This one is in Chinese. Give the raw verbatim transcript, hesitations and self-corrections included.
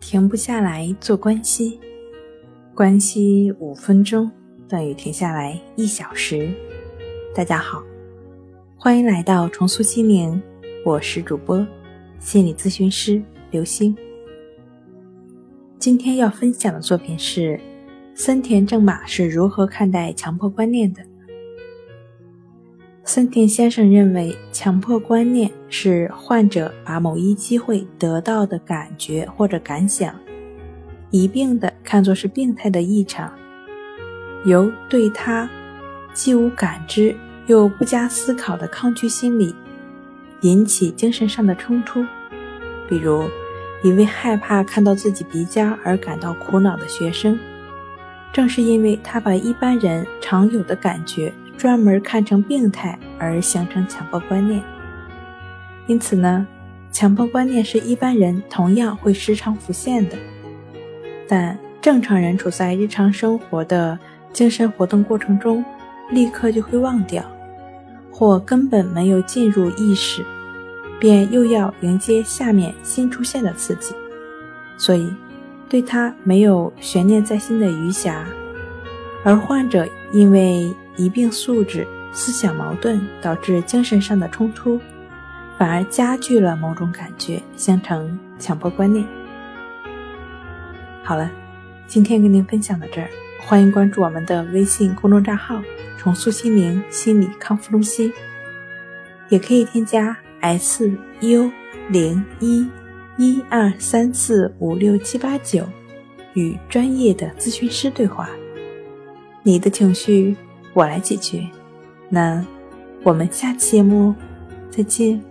停不下来做关系，关系五分钟等于停下来一小时。大家好，欢迎来到重塑心灵，我是主播心理咨询师刘星。今天要分享的作品是森田正马是如何看待强迫观念的。森田先生认为，强迫观念是患者把某一机会得到的感觉或者感想一并的看作是病态的异常，由对他既无感知又不加思考的抗拒心理引起精神上的冲突。比如一位害怕看到自己鼻尖而感到苦恼的学生，正是因为他把一般人常有的感觉专门看成病态而形成强迫观念。因此呢，强迫观念是一般人同样会时常浮现的，但正常人处在日常生活的精神活动过程中立刻就会忘掉，或根本没有进入意识，便又要迎接下面新出现的刺激，所以对他没有悬念在心的余暇。而患者因为疑病素质、思想矛盾导致精神上的冲突，反而加剧了某种感觉，形成强迫观念。好了，今天跟您分享到这儿，欢迎关注我们的微信公众账号重塑心灵心理康复中心，也可以添加 S U 零一 一二三四五六七八九 与专业的咨询师对话。你的情绪我来解决。那我们下期节目再见。